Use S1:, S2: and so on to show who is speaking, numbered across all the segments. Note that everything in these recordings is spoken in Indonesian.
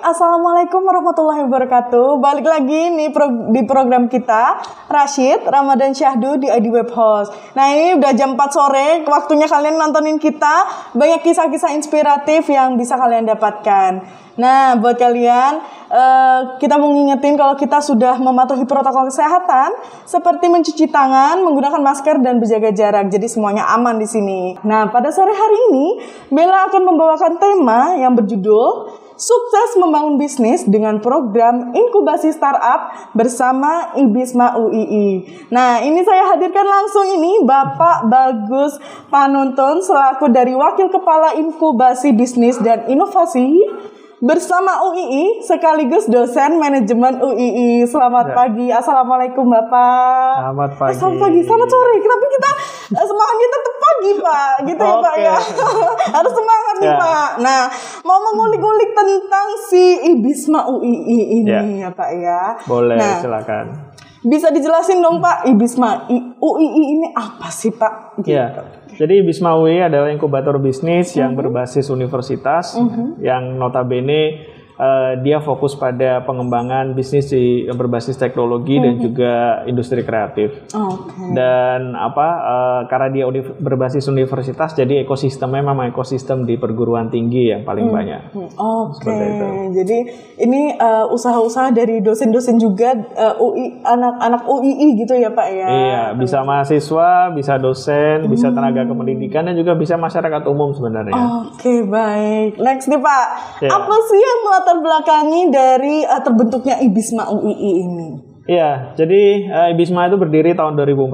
S1: Assalamualaikum warahmatullahi wabarakatuh. Balik lagi nih di program kita, Rashid, Ramadan Syahdu di ID Web Host. Nah ini udah jam 4 sore, waktunya kalian nontonin kita. Banyak kisah-kisah inspiratif yang bisa kalian dapatkan. Nah buat kalian, kita mau ngingetin kalau kita sudah mematuhi protokol kesehatan seperti mencuci tangan, menggunakan masker dan berjaga jarak. Jadi semuanya aman di sini. Nah pada sore hari ini, Bella akan membawakan tema yang berjudul Sukses Membangun Bisnis dengan Program Inkubasi Startup bersama IBISMA UII. Nah, ini saya hadirkan langsung ini Bapak Bagus Panuntun selaku dari Wakil Kepala Inkubasi Bisnis dan Inovasi bersama UII sekaligus dosen manajemen UII. Selamat pagi. Assalamualaikum Bapak.
S2: Selamat pagi.
S1: Selamat pagi. Selamat sore. Kenapa kita semangatnya tetap pagi Pak? Gitu ya Pak ya. Harus semangat nih Pak. Nah, mau mengulik-ulik tentang si IBISMA UII ini ya Pak ya.
S2: Boleh, silakan.
S1: Bisa dijelasin dong Pak, IBISMA UII ini apa sih Pak? Gitu.
S2: Ya. Jadi IBISMA UII adalah inkubator bisnis yang berbasis universitas yang notabene dia fokus pada pengembangan bisnis berbasis teknologi dan juga industri kreatif. Dan karena dia berbasis universitas, jadi ekosistemnya memang ekosistem di perguruan tinggi yang paling banyak. Seperti itu.
S1: Jadi ini usaha-usaha dari dosen-dosen juga anak-anak UII gitu ya Pak ya?
S2: Iya, bisa mahasiswa, bisa dosen, bisa tenaga kependidikan dan juga bisa masyarakat umum sebenarnya.
S1: Oke, baik. Next nih Pak, apa sih yang latar belakangi dari terbentuknya IBISMA UII ini?
S2: Iya, jadi IBISMA itu berdiri tahun 2014.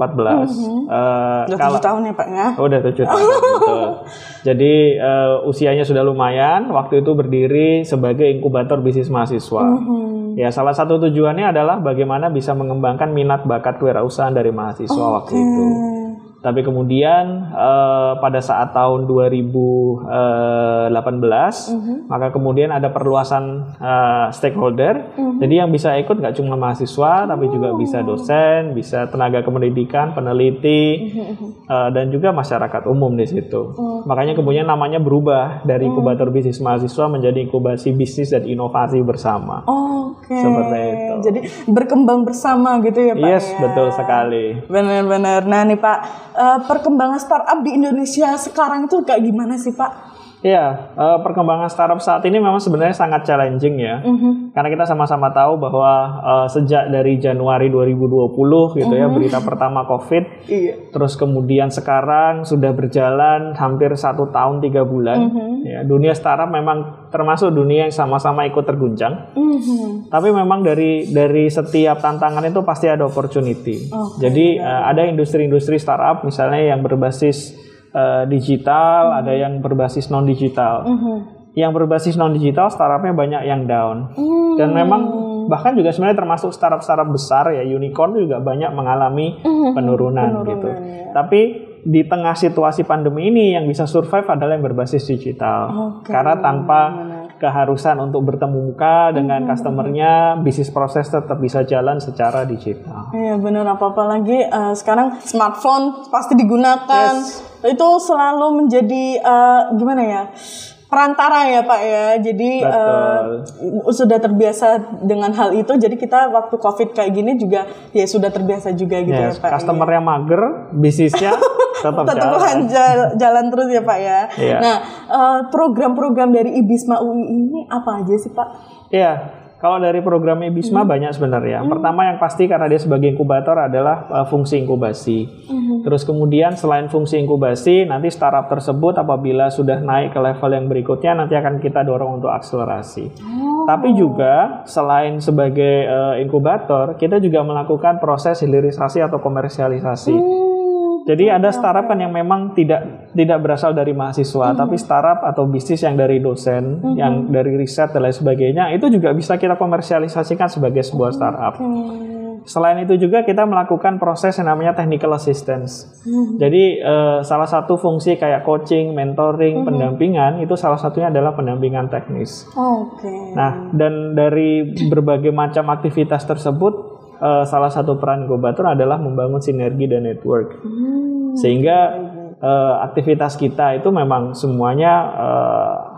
S1: Udah 7 tahun ya Pak ya?
S2: Udah 7 tahun, betul. Jadi usianya sudah lumayan, waktu itu berdiri sebagai inkubator bisnis mahasiswa. Ya, salah satu tujuannya adalah bagaimana bisa mengembangkan minat bakat kewirausahaan dari mahasiswa waktu itu. Tapi kemudian pada saat tahun 2018, maka kemudian ada perluasan stakeholder. Jadi yang bisa ikut nggak cuma mahasiswa, tapi juga bisa dosen, bisa tenaga kependidikan, peneliti, dan juga masyarakat umum di situ. Makanya kemudian namanya berubah dari inkubator bisnis mahasiswa menjadi inkubasi bisnis dan inovasi bersama. Seperti itu.
S1: Jadi berkembang bersama gitu ya Pak?
S2: Yes, betul sekali.
S1: Benar-benar. Nah nih Pak, perkembangan startup di Indonesia sekarang itu kayak gimana sih Pak?
S2: Iya, perkembangan startup saat ini memang sebenarnya sangat challenging ya. Karena kita sama-sama tahu bahwa sejak dari Januari 2020 gitu ya, berita pertama COVID. Terus kemudian sekarang sudah berjalan hampir 1 tahun 3 bulan. Ya, dunia startup memang termasuk dunia yang sama-sama ikut terguncang. Tapi memang dari setiap tantangan itu pasti ada opportunity. Jadi ada industri-industri startup misalnya yang berbasis digital, ada yang berbasis non-digital. Yang berbasis non-digital startupnya banyak yang down. Dan memang bahkan juga sebenarnya termasuk startup-startup besar ya, unicorn juga banyak mengalami penurunan gitu. Tapi di tengah situasi pandemi ini yang bisa survive adalah yang berbasis digital. Karena tanpa keharusan untuk bertemu muka dengan customernya, bisnis proses tetap bisa jalan secara digital.
S1: Iya benar, apalagi sekarang smartphone pasti digunakan. Itu selalu menjadi gimana ya, perantara ya Pak ya. Jadi sudah terbiasa dengan hal itu. Jadi kita waktu COVID kayak gini juga ya sudah terbiasa juga gitu ya Pak.
S2: Customernya mager, bisnisnya tetap
S1: jalan terus ya Pak ya. Nah, program-program dari IBISMA UII ini apa aja sih Pak?
S2: Iya. Kalau dari program IBISMA banyak sebenarnya. Pertama yang pasti karena dia sebagai inkubator adalah fungsi inkubasi. Terus kemudian selain fungsi inkubasi, nanti startup tersebut apabila sudah naik ke level yang berikutnya nanti akan kita dorong untuk akselerasi. Tapi juga selain sebagai inkubator, kita juga melakukan proses hilirisasi atau komersialisasi. Jadi ada startup kan yang memang tidak berasal dari mahasiswa, tapi startup atau bisnis yang dari dosen, yang dari riset dan lain sebagainya, itu juga bisa kita komersialisasikan sebagai sebuah startup. Selain itu juga kita melakukan proses yang namanya technical assistance. Jadi salah satu fungsi kayak coaching, mentoring, pendampingan, itu salah satunya adalah pendampingan teknis. Nah, dan dari berbagai macam aktivitas tersebut, salah satu peran inkubator adalah membangun sinergi dan network. Sehingga aktivitas kita itu memang semuanya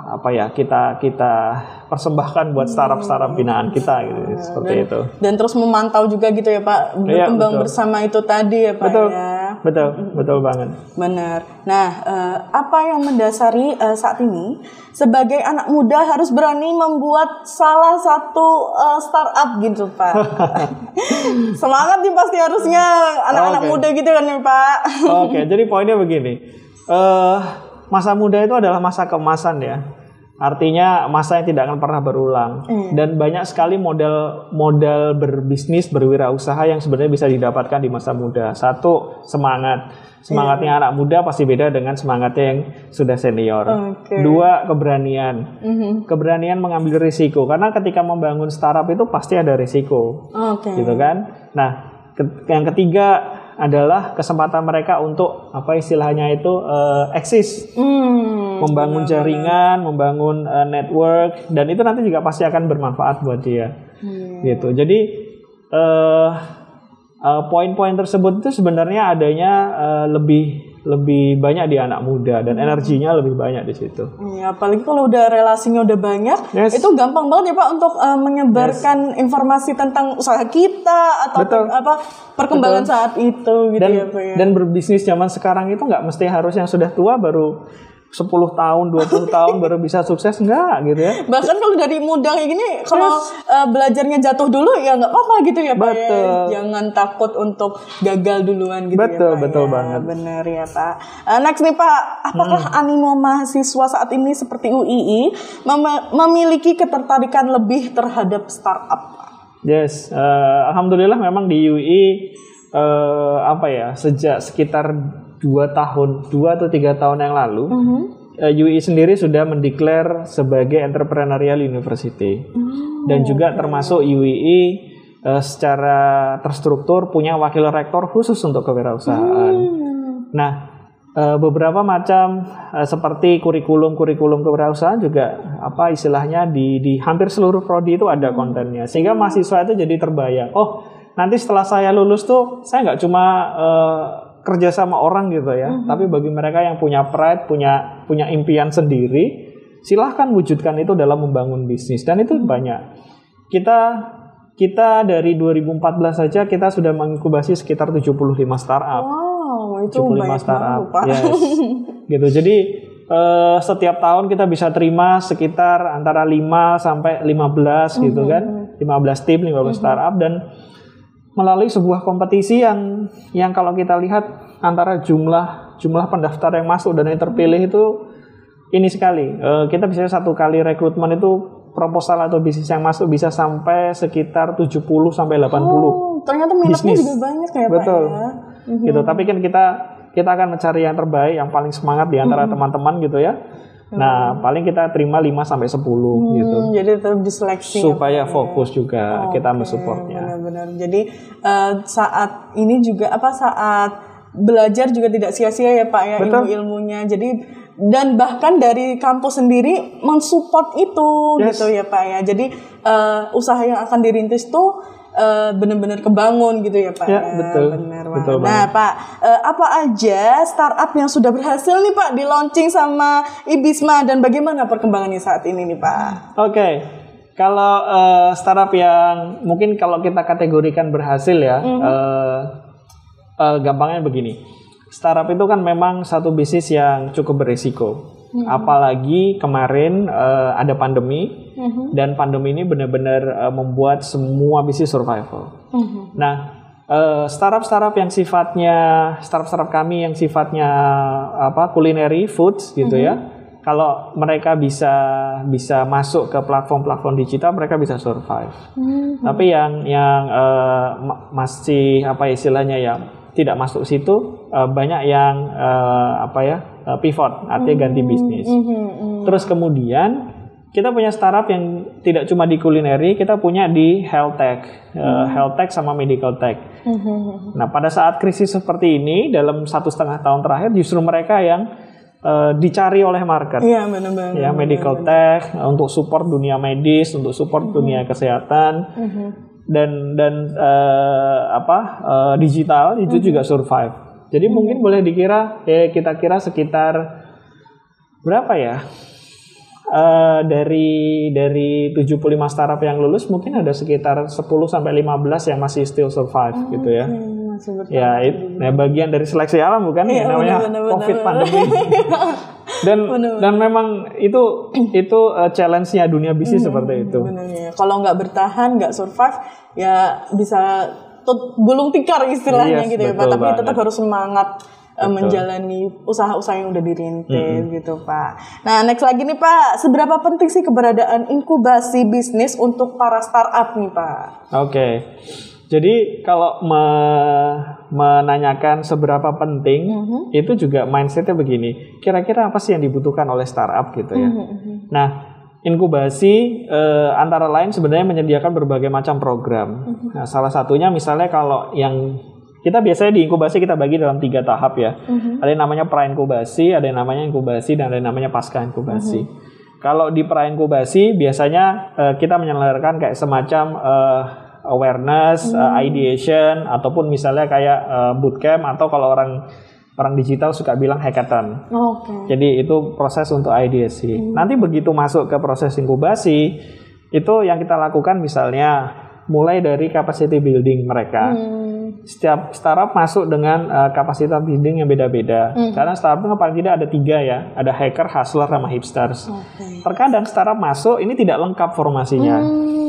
S2: kita persembahkan buat startup binaan kita gitu, seperti itu.
S1: Dan terus memantau juga gitu ya Pak, berkembang bersama itu tadi ya Pak.
S2: Betul banget.
S1: Benar. Nah, apa yang mendasari saat ini sebagai anak muda harus berani membuat salah satu startup gitu Pak? Semangat nih pasti harusnya anak-anak muda gitu kan ya Pak.
S2: Oke, jadi poinnya begini. Masa muda itu adalah masa keemasan ya. Artinya masa yang tidak akan pernah berulang. Dan banyak sekali modal berbisnis, berwirausaha yang sebenarnya bisa didapatkan di masa muda. Satu, semangatnya anak muda pasti beda dengan semangatnya yang sudah senior. Dua, keberanian. Keberanian mengambil risiko, karena ketika membangun startup itu pasti ada risiko, gitu kan. Nah, yang ketiga adalah kesempatan mereka untuk istilahnya itu eksis, membangun jaringan, membangun network, dan itu nanti juga pasti akan bermanfaat buat dia, gitu. Jadi poin-poin tersebut itu sebenarnya adanya lebih banyak di anak muda dan energinya lebih banyak di situ.
S1: Ya, apalagi kalau udah relasinya udah banyak, itu gampang banget ya Pak untuk menyebarkan informasi tentang usaha kita atau perkembangan saat itu gitu ya Pak ya.
S2: Dan berbisnis zaman sekarang itu nggak mesti harus yang sudah tua baru 10 tahun, 20 tahun baru bisa sukses, enggak gitu ya.
S1: Bahkan kalau dari muda kayak gini, kalau belajarnya jatuh dulu ya nggak apa-apa gitu ya Pak. Jangan takut untuk gagal duluan gitu ya Pak.
S2: Betul banget.
S1: Benar ya Pak. Next nih Pak, apakah animo mahasiswa saat ini seperti UII memiliki ketertarikan lebih terhadap startup?
S2: Yes, alhamdulillah memang di UI sejak sekitar 2 atau 3 tahun yang lalu, UI sendiri sudah mendeklar sebagai entrepreneurial university, dan juga termasuk UI secara terstruktur punya wakil rektor khusus untuk kewirausahaan. Nah, beberapa macam seperti kurikulum kewirausahaan juga istilahnya di hampir seluruh prodi itu ada kontennya, sehingga mahasiswa itu jadi terbayang, oh nanti setelah saya lulus tuh saya nggak cuma kerja sama orang gitu ya, tapi bagi mereka yang punya pride, punya impian sendiri, silahkan wujudkan itu dalam membangun bisnis, dan itu banyak. Kita dari 2014 saja kita sudah menginkubasi sekitar 75 startup.
S1: Wow, itu 75 startup.
S2: Yes. Gitu. Jadi setiap tahun kita bisa terima sekitar antara 5 sampai 15 gitu kan. 15 tim, 15 startup, dan melalui sebuah kompetisi yang kalau kita lihat antara jumlah pendaftar yang masuk dan yang terpilih itu ini sekali. Kita bisa satu kali rekrutmen itu proposal atau bisnis yang masuk bisa sampai sekitar 70 sampai 80.
S1: Ternyata minatnya juga banyak ya Pak.
S2: Betul. Gitu. Tapi kan kita akan mencari yang terbaik, yang paling semangat di antara teman-teman gitu ya. Nah, paling kita terima 5 sampai 10 gitu.
S1: Jadi tetap diseleksi
S2: supaya fokus juga kita mensupportnya.
S1: Benar-benar. Jadi saat ini juga saat belajar juga tidak sia-sia ya Pak ya, ilmu-ilmunya. Jadi dan bahkan dari kampus sendiri mensupport itu gitu ya Pak ya. Jadi usaha yang akan dirintis tuh benar-benar kebangun gitu ya Pak.
S2: Ya, betul. Betul banget.
S1: Nah Pak, apa aja startup yang sudah berhasil nih Pak di launching sama IBISMA, dan bagaimana perkembangannya saat ini nih Pak?
S2: Oke. Kalau startup yang mungkin kalau kita kategorikan berhasil ya, gampangnya begini. Startup itu kan memang satu bisnis yang cukup berisiko. Apalagi kemarin ada pandemi, dan pandemi ini benar-benar membuat semua bisnis survival. Nah, startup yang sifatnya startup kami yang sifatnya culinary foods gitu ya. Kalau mereka bisa masuk ke platform digital, mereka bisa survive. Tapi yang masih istilahnya ya tidak masuk situ, banyak yang pivot, artinya ganti bisnis. Terus kemudian kita punya startup yang tidak cuma di culinary, kita punya di health tech sama medical tech. Nah, pada saat krisis seperti ini, dalam 1,5 tahun terakhir, justru mereka yang dicari oleh market.
S1: Iya, benar-benar.
S2: Ya, medical tech untuk support dunia medis, untuk support dunia kesehatan. Dan digital itu juga survive. Jadi mungkin boleh dikira kita kira sekitar berapa ya? dari 75 startup yang lulus mungkin ada sekitar 10 sampai 15 yang masih still survive gitu ya. Ya, bagian dari seleksi alam bukan namanya COVID pandemi. Dan memang itu challenge-nya dunia bisnis seperti itu.
S1: Kalau nggak bertahan, nggak survive, ya bisa gulung tikar istilahnya gitu ya Pak. Tapi tetap harus semangat menjalani usaha-usaha yang udah dirintis gitu Pak. Nah next lagi nih Pak, seberapa penting sih keberadaan inkubasi bisnis untuk para startup nih Pak?
S2: Oke. Jadi kalau menanyakan seberapa penting, itu juga mindsetnya begini. Kira-kira apa sih yang dibutuhkan oleh startup gitu ya? Nah, inkubasi antara lain sebenarnya menyediakan berbagai macam program. Nah, salah satunya misalnya kalau yang kita biasanya di inkubasi kita bagi dalam 3 tahap ya. Ada yang namanya pra-inkubasi, ada yang namanya inkubasi, dan ada yang namanya pasca-inkubasi. Kalau di pra-inkubasi biasanya kita menyelenggarakan kayak semacam awareness, ideation, ataupun misalnya kayak bootcamp, atau kalau orang digital suka bilang hackathon. Jadi itu proses untuk ideasi. Nanti begitu masuk ke proses inkubasi, itu yang kita lakukan misalnya mulai dari capacity building mereka. Setiap startup masuk dengan kapasitas building yang beda-beda. Karena startup itu paling tidak ada 3 ya. Ada hacker, hustler, sama hipsters. Terkadang startup masuk ini tidak lengkap formasinya.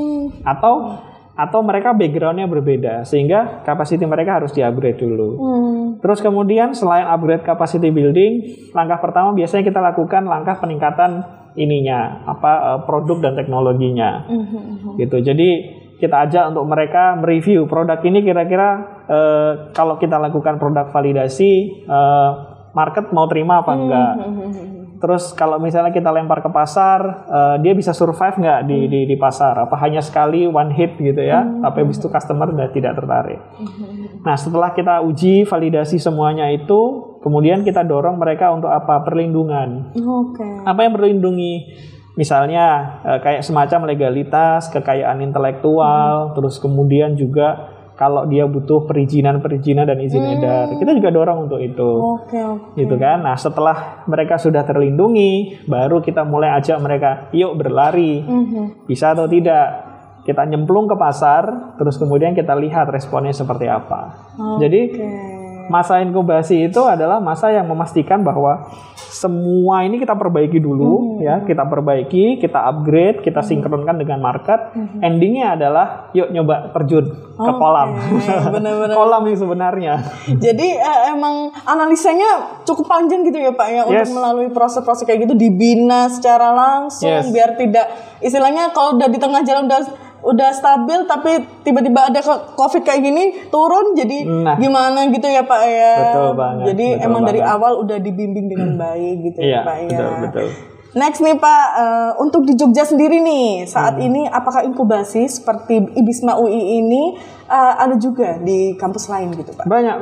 S2: Atau mereka background-nya berbeda. Sehingga capacity mereka harus di-upgrade dulu. Terus kemudian selain upgrade capacity building, langkah pertama biasanya kita lakukan langkah peningkatan produk dan teknologinya. Gitu. Jadi kita ajak untuk mereka mereview produk ini kira-kira kalau kita lakukan produk validasi market mau terima apa enggak. Terus kalau misalnya kita lempar ke pasar, dia bisa survive nggak di pasar? Apa hanya sekali one hit gitu ya? Tapi habis itu customer udah tidak tertarik. Nah setelah kita uji validasi semuanya itu, kemudian kita dorong mereka untuk apa? Perlindungan. Apa yang melindungi? Misalnya kayak semacam legalitas, kekayaan intelektual, terus kemudian juga kalau dia butuh perizinan dan izin edar, kita juga dorong untuk itu. Gitu kan. Nah, setelah mereka sudah terlindungi, baru kita mulai ajak mereka, yuk berlari. Bisa atau tidak? Kita nyemplung ke pasar, terus kemudian kita lihat responnya seperti apa. Jadi masa inkubasi itu adalah masa yang memastikan bahwa semua ini kita perbaiki dulu, ya, kita perbaiki, kita upgrade, kita sinkronkan dengan market. Endingnya adalah yuk nyoba terjun ke kolam, kolam yang sebenarnya.
S1: Jadi emang analisanya cukup panjang gitu ya Pak ya, untuk melalui proses-proses kayak gitu, dibina secara langsung biar tidak istilahnya kalau udah di tengah jalan udah stabil tapi tiba-tiba ada COVID kayak gini turun jadi gimana gitu ya Pak ya.
S2: Betul banget.
S1: Jadi
S2: betul
S1: emang
S2: banget.
S1: dari awal udah dibimbing dengan baik gitu ya Pak ya.
S2: Betul.
S1: Next nih Pak, untuk di Jogja sendiri nih saat ini apakah inkubasi seperti IBISMA UI ini ada juga di kampus lain gitu Pak?
S2: Banyak.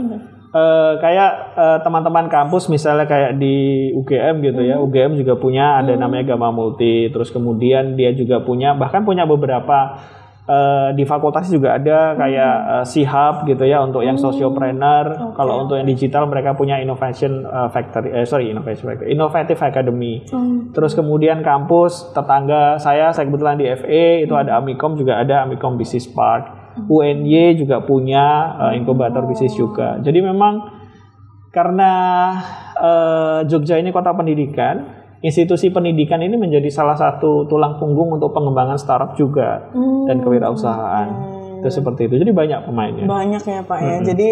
S2: Kayak teman-teman kampus misalnya kayak di UGM gitu ya, UGM juga punya ada namanya Gamma Multi, terus kemudian dia juga bahkan punya beberapa di fakultas juga ada kayak C-Hub gitu ya untuk yang sociopreneur. Kalau untuk yang digital mereka punya Innovation Factory, Innovative Academy. Terus kemudian kampus tetangga saya kebetulan di FE itu ada Amikom, juga ada Amikom Business Park. UNY juga punya inkubator bisnis juga. Jadi memang karena Jogja ini kota pendidikan, institusi pendidikan ini menjadi salah satu tulang punggung untuk pengembangan startup juga dan kewirausahaan. Itu seperti itu. Jadi banyak pemainnya.
S1: Banyak ya Pak ya. Jadi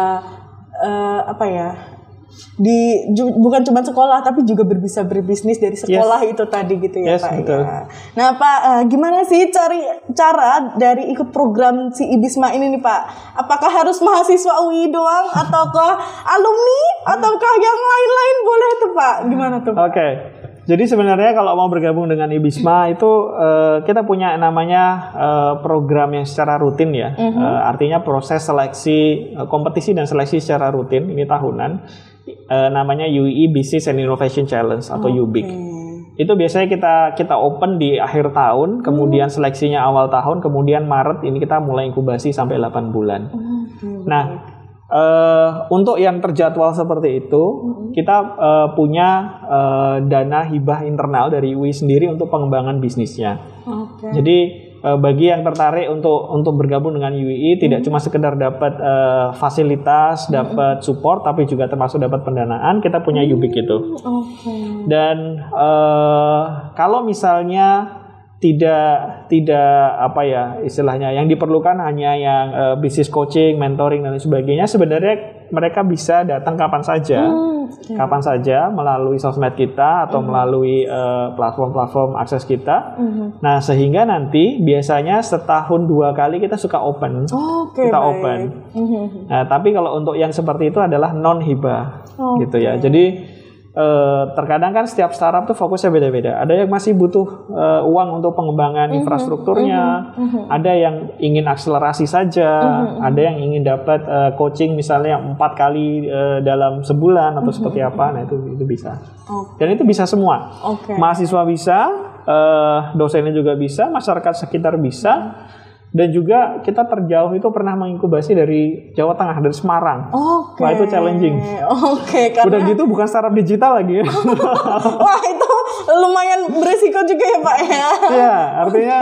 S1: bukan cuma sekolah tapi juga bisa berbisnis dari sekolah itu tadi gitu ya Pak
S2: betul.
S1: ya. Nah Pak, gimana sih cara dari ikut program si IBISMA ini nih Pak? Apakah harus mahasiswa UI doang ataukah alumni ataukah yang lain-lain boleh tuh Pak? Gimana tuh Pak?
S2: Oke. Jadi sebenarnya kalau mau bergabung dengan IBISMA itu kita punya namanya program yang secara rutin ya. Artinya proses seleksi, kompetisi dan seleksi secara rutin, ini tahunan. Namanya UI Business and Innovation Challenge atau UBIC. Itu biasanya kita open di akhir tahun, kemudian seleksinya awal tahun, kemudian Maret ini kita mulai inkubasi sampai 8 bulan. Nah, Untuk yang terjadwal seperti itu, kita punya dana hibah internal dari UI sendiri untuk pengembangan bisnisnya. Jadi bagi yang tertarik untuk bergabung dengan UI, tidak cuma sekedar dapat fasilitas, dapat support, tapi juga termasuk dapat pendanaan. Kita punya Ubik itu. Dan kalau misalnya tidak apa ya istilahnya, yang diperlukan hanya yang bisnis coaching, mentoring dan lain sebagainya, sebenarnya mereka bisa datang kapan saja melalui sosmed kita atau melalui platform-platform akses kita. Nah, sehingga nanti biasanya setahun 2 kali kita suka open. Open. Nah, tapi kalau untuk yang seperti itu adalah non hibah gitu ya. Jadi terkadang kan setiap startup tuh fokusnya beda-beda. Ada yang masih butuh uang untuk pengembangan infrastrukturnya, ada yang ingin akselerasi saja, ada yang ingin dapat coaching misalnya 4 kali dalam sebulan atau seperti apa. Nah itu bisa. Dan itu bisa semua. Mahasiswa bisa, dosennya juga bisa, masyarakat sekitar bisa. Dan juga kita terjauh itu pernah menginkubasi dari Jawa Tengah, dari Semarang. Wah, itu challenging.
S1: Karena...
S2: Udah gitu bukan startup digital lagi.
S1: Wah, itu lumayan berisiko juga ya Pak ya.
S2: Iya, artinya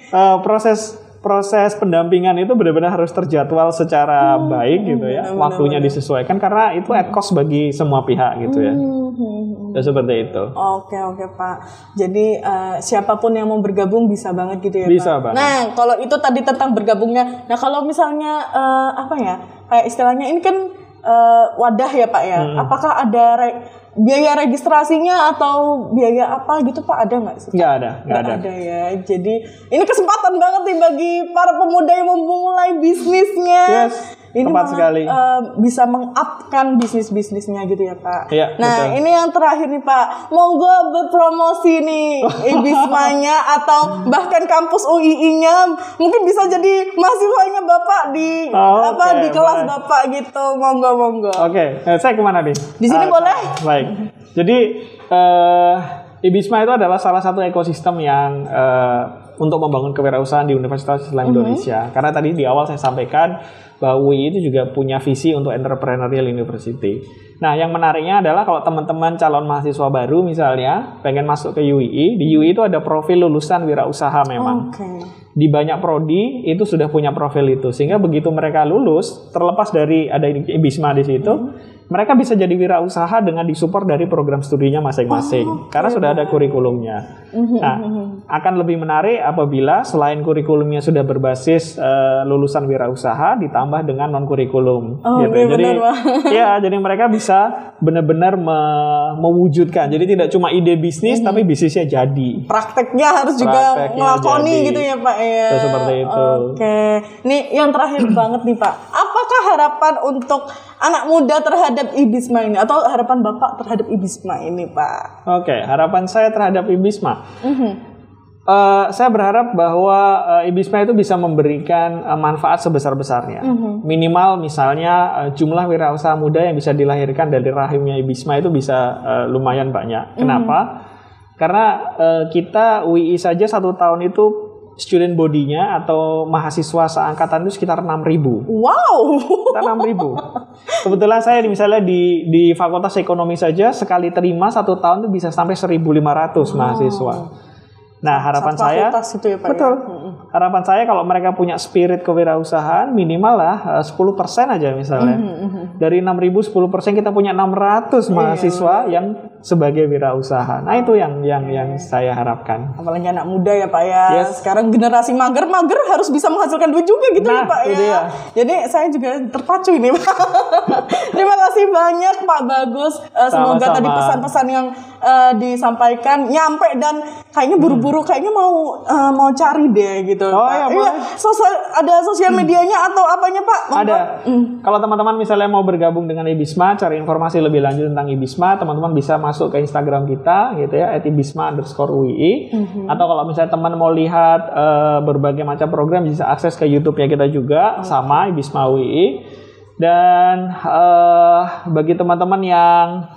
S2: proses pendampingan itu benar-benar harus terjadwal secara baik gitu ya. Waktunya disesuaikan karena itu at cost bagi semua pihak gitu ya. Seperti itu.
S1: Oke Pak. Jadi siapapun yang mau bergabung bisa banget gitu ya Pak.
S2: Bisa banget.
S1: Nah kalau itu tadi tentang bergabungnya. Nah kalau misalnya apa ya kayak istilahnya ini kan wadah ya Pak ya. Apakah ada biaya registrasinya atau biaya apa gitu Pak, ada nggak sih?
S2: Nggak ada
S1: ya. Jadi ini kesempatan banget nih bagi para pemuda yang mau memulai bisnisnya. Ini
S2: tepat sekali.
S1: Bisa meng-upkan bisnisnya gitu ya Pak.
S2: Ya,
S1: nah
S2: betul.
S1: Ini yang terakhir nih Pak, monggo berpromosi nih IBISMA-nya atau bahkan kampus UII-nya, mungkin bisa jadi mahasiswanya Bapak di di kelas Bapak gitu, monggo.
S2: Oke, saya kemana nih?
S1: Di sini boleh?
S2: Baik. Jadi IBISMA itu adalah salah satu ekosistem yang untuk membangun kewirausahaan di Universitas Islam Indonesia. Karena tadi di awal saya sampaikan bahwa UI itu juga punya visi untuk entrepreneurial university. Nah, yang menariknya adalah kalau teman-teman calon mahasiswa baru misalnya pengen masuk ke UI, di UI itu ada profil lulusan wirausaha memang. Di banyak prodi itu sudah punya profil itu, sehingga begitu mereka lulus, terlepas dari ada IBISMA di situ, mereka bisa jadi wirausaha dengan disupport dari program studinya masing-masing, karena sudah ada kurikulumnya. Nah, akan lebih menarik apabila selain kurikulumnya sudah berbasis lulusan wirausaha ditambah dengan non kurikulum. Gitu. Jadi mereka bisa benar-benar mewujudkan. Jadi tidak cuma ide bisnis, tapi bisnisnya jadi.
S1: Prakteknya harus juga ngelakoni gitu ya Pak ya.
S2: Seperti itu.
S1: Nih yang terakhir banget nih Pak. Apakah harapan untuk anak muda terhadap IBISMA ini atau harapan Bapak terhadap IBISMA ini Pak?
S2: Harapan saya terhadap IBISMA. Saya berharap bahwa IBISMA itu bisa memberikan manfaat sebesar-besarnya. Minimal misalnya jumlah wirausaha muda yang bisa dilahirkan dari rahimnya IBISMA itu bisa lumayan banyak. Kenapa? Karena kita UI saja 1 tahun itu student body-nya atau mahasiswa seangkatan itu sekitar 6.000.
S1: Wow.
S2: Sekitar 6.000. Kebetulan saya misalnya di Fakultas Ekonomi saja sekali terima 1 tahun itu bisa sampai 1.500 mahasiswa. Nah, harapan saya
S1: itu ya, Pak,
S2: betul. Harapan saya kalau mereka punya spirit kewirausahaan minimal lah 10% aja misalnya. Dari 6.000 10% kita punya 600 mahasiswa yang sebagai wirausaha. Nah, itu yang saya harapkan.
S1: Apalagi anak muda ya, Pak ya. Sekarang generasi mager harus bisa menghasilkan duit juga gitu ya, Pak ya. Dia. Jadi saya juga terpacu ini, Pak. Terima kasih banyak Pak Bagus. Semoga tadi pesan-pesan yang disampaikan nyampe dan kayaknya buru-buru kayaknya mau cari deh gitu.
S2: Iya,
S1: ada sosial medianya atau apanya Pak?
S2: Ada. Kalau teman-teman misalnya mau bergabung dengan IBISMA, cari informasi lebih lanjut tentang IBISMA, teman-teman bisa masuk ke Instagram kita gitu ya @ibisma_ui. Atau kalau misalnya teman mau lihat berbagai macam program bisa akses ke YouTube-nya kita juga sama IBISMA UI. Dan bagi teman-teman yang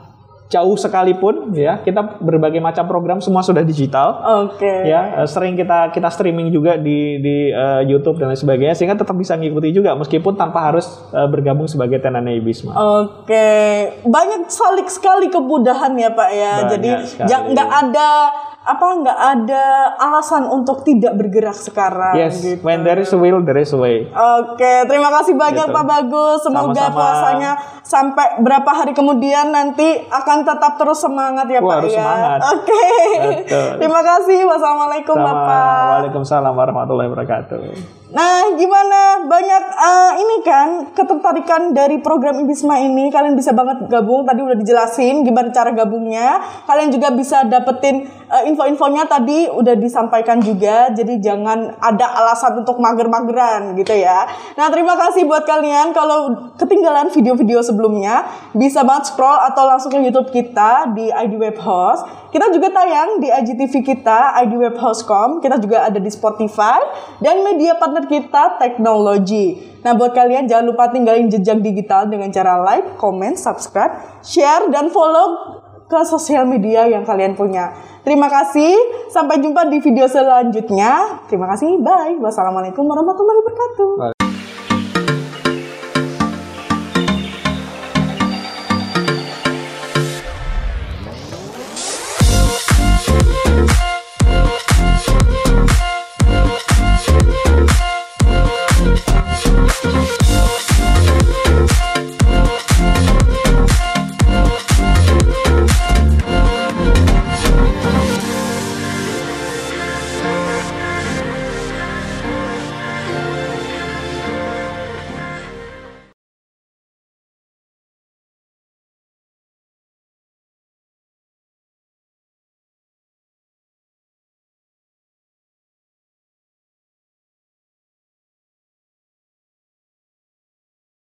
S2: jauh sekalipun ya, kita berbagai macam program semua sudah digital.
S1: Oke.
S2: Ya, sering kita streaming juga di YouTube dan lain sebagainya, sehingga tetap bisa ngikuti juga meskipun tanpa harus bergabung sebagai tenannya Ibisma.
S1: Oke, banyak sekali kemudahan ya Pak ya.
S2: Banyak
S1: Jadi
S2: sekali.
S1: nggak ada alasan untuk tidak bergerak sekarang.
S2: Yes,
S1: gitu.
S2: when there is a will, there is a way.
S1: Oke, terima kasih banyak
S2: Gitu.
S1: Pak Bagus. Semoga
S2: Sama-sama.
S1: puasanya sampai berapa hari kemudian nanti akan tetap terus semangat ya
S2: Wah,
S1: Pak
S2: harus
S1: ya.
S2: semangat.
S1: Oke.
S2: Betul.
S1: Terima kasih. Wassalamualaikum Bapak.
S2: Waalaikumsalam warahmatullahi wabarakatuh.
S1: Nah, gimana? Banyak ini kan ketertarikan dari program Ibisma ini. Kalian bisa banget gabung. Tadi udah dijelasin gimana cara gabungnya. Kalian juga bisa dapetin info-infonya tadi udah disampaikan juga. Jadi jangan ada alasan untuk mager-mageran gitu ya. Nah, terima kasih buat kalian. Kalau ketinggalan video-video sebelumnya, bisa banget scroll atau langsung ke YouTube kita di ID Web Host. Kita juga tayang di IGTV kita, idwebhost.com. Kita juga ada di Spotify dan media partner kita teknologi. Nah, buat kalian jangan lupa tinggalin jejak digital dengan cara like, comment, subscribe, share, dan follow ke sosial media yang kalian punya. Terima kasih. Sampai jumpa di video selanjutnya. Terima kasih. Bye. Wassalamualaikum warahmatullahi wabarakatuh.